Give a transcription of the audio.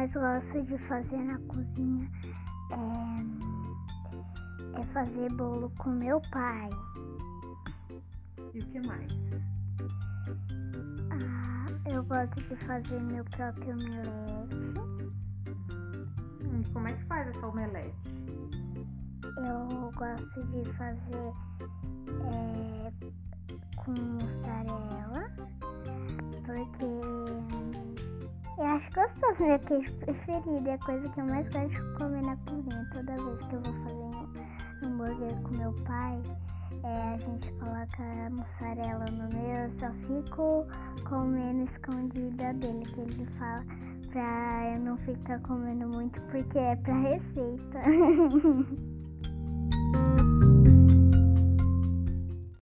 mais gosto de fazer na cozinha é fazer bolo com meu pai. E o que mais? Eu gosto de fazer meu próprio omelete. Como é que faz essa omelete? Eu gosto de fazer com mussarela, porque eu acho gostoso, meu queijo preferido, é a coisa que eu mais gosto de comer na cozinha. Toda vez que eu vou fazer um hambúrguer com meu pai, a gente coloca a mussarela no meio, eu só fico comendo escondida dele, que ele fala pra eu não ficar comendo muito, porque é pra receita.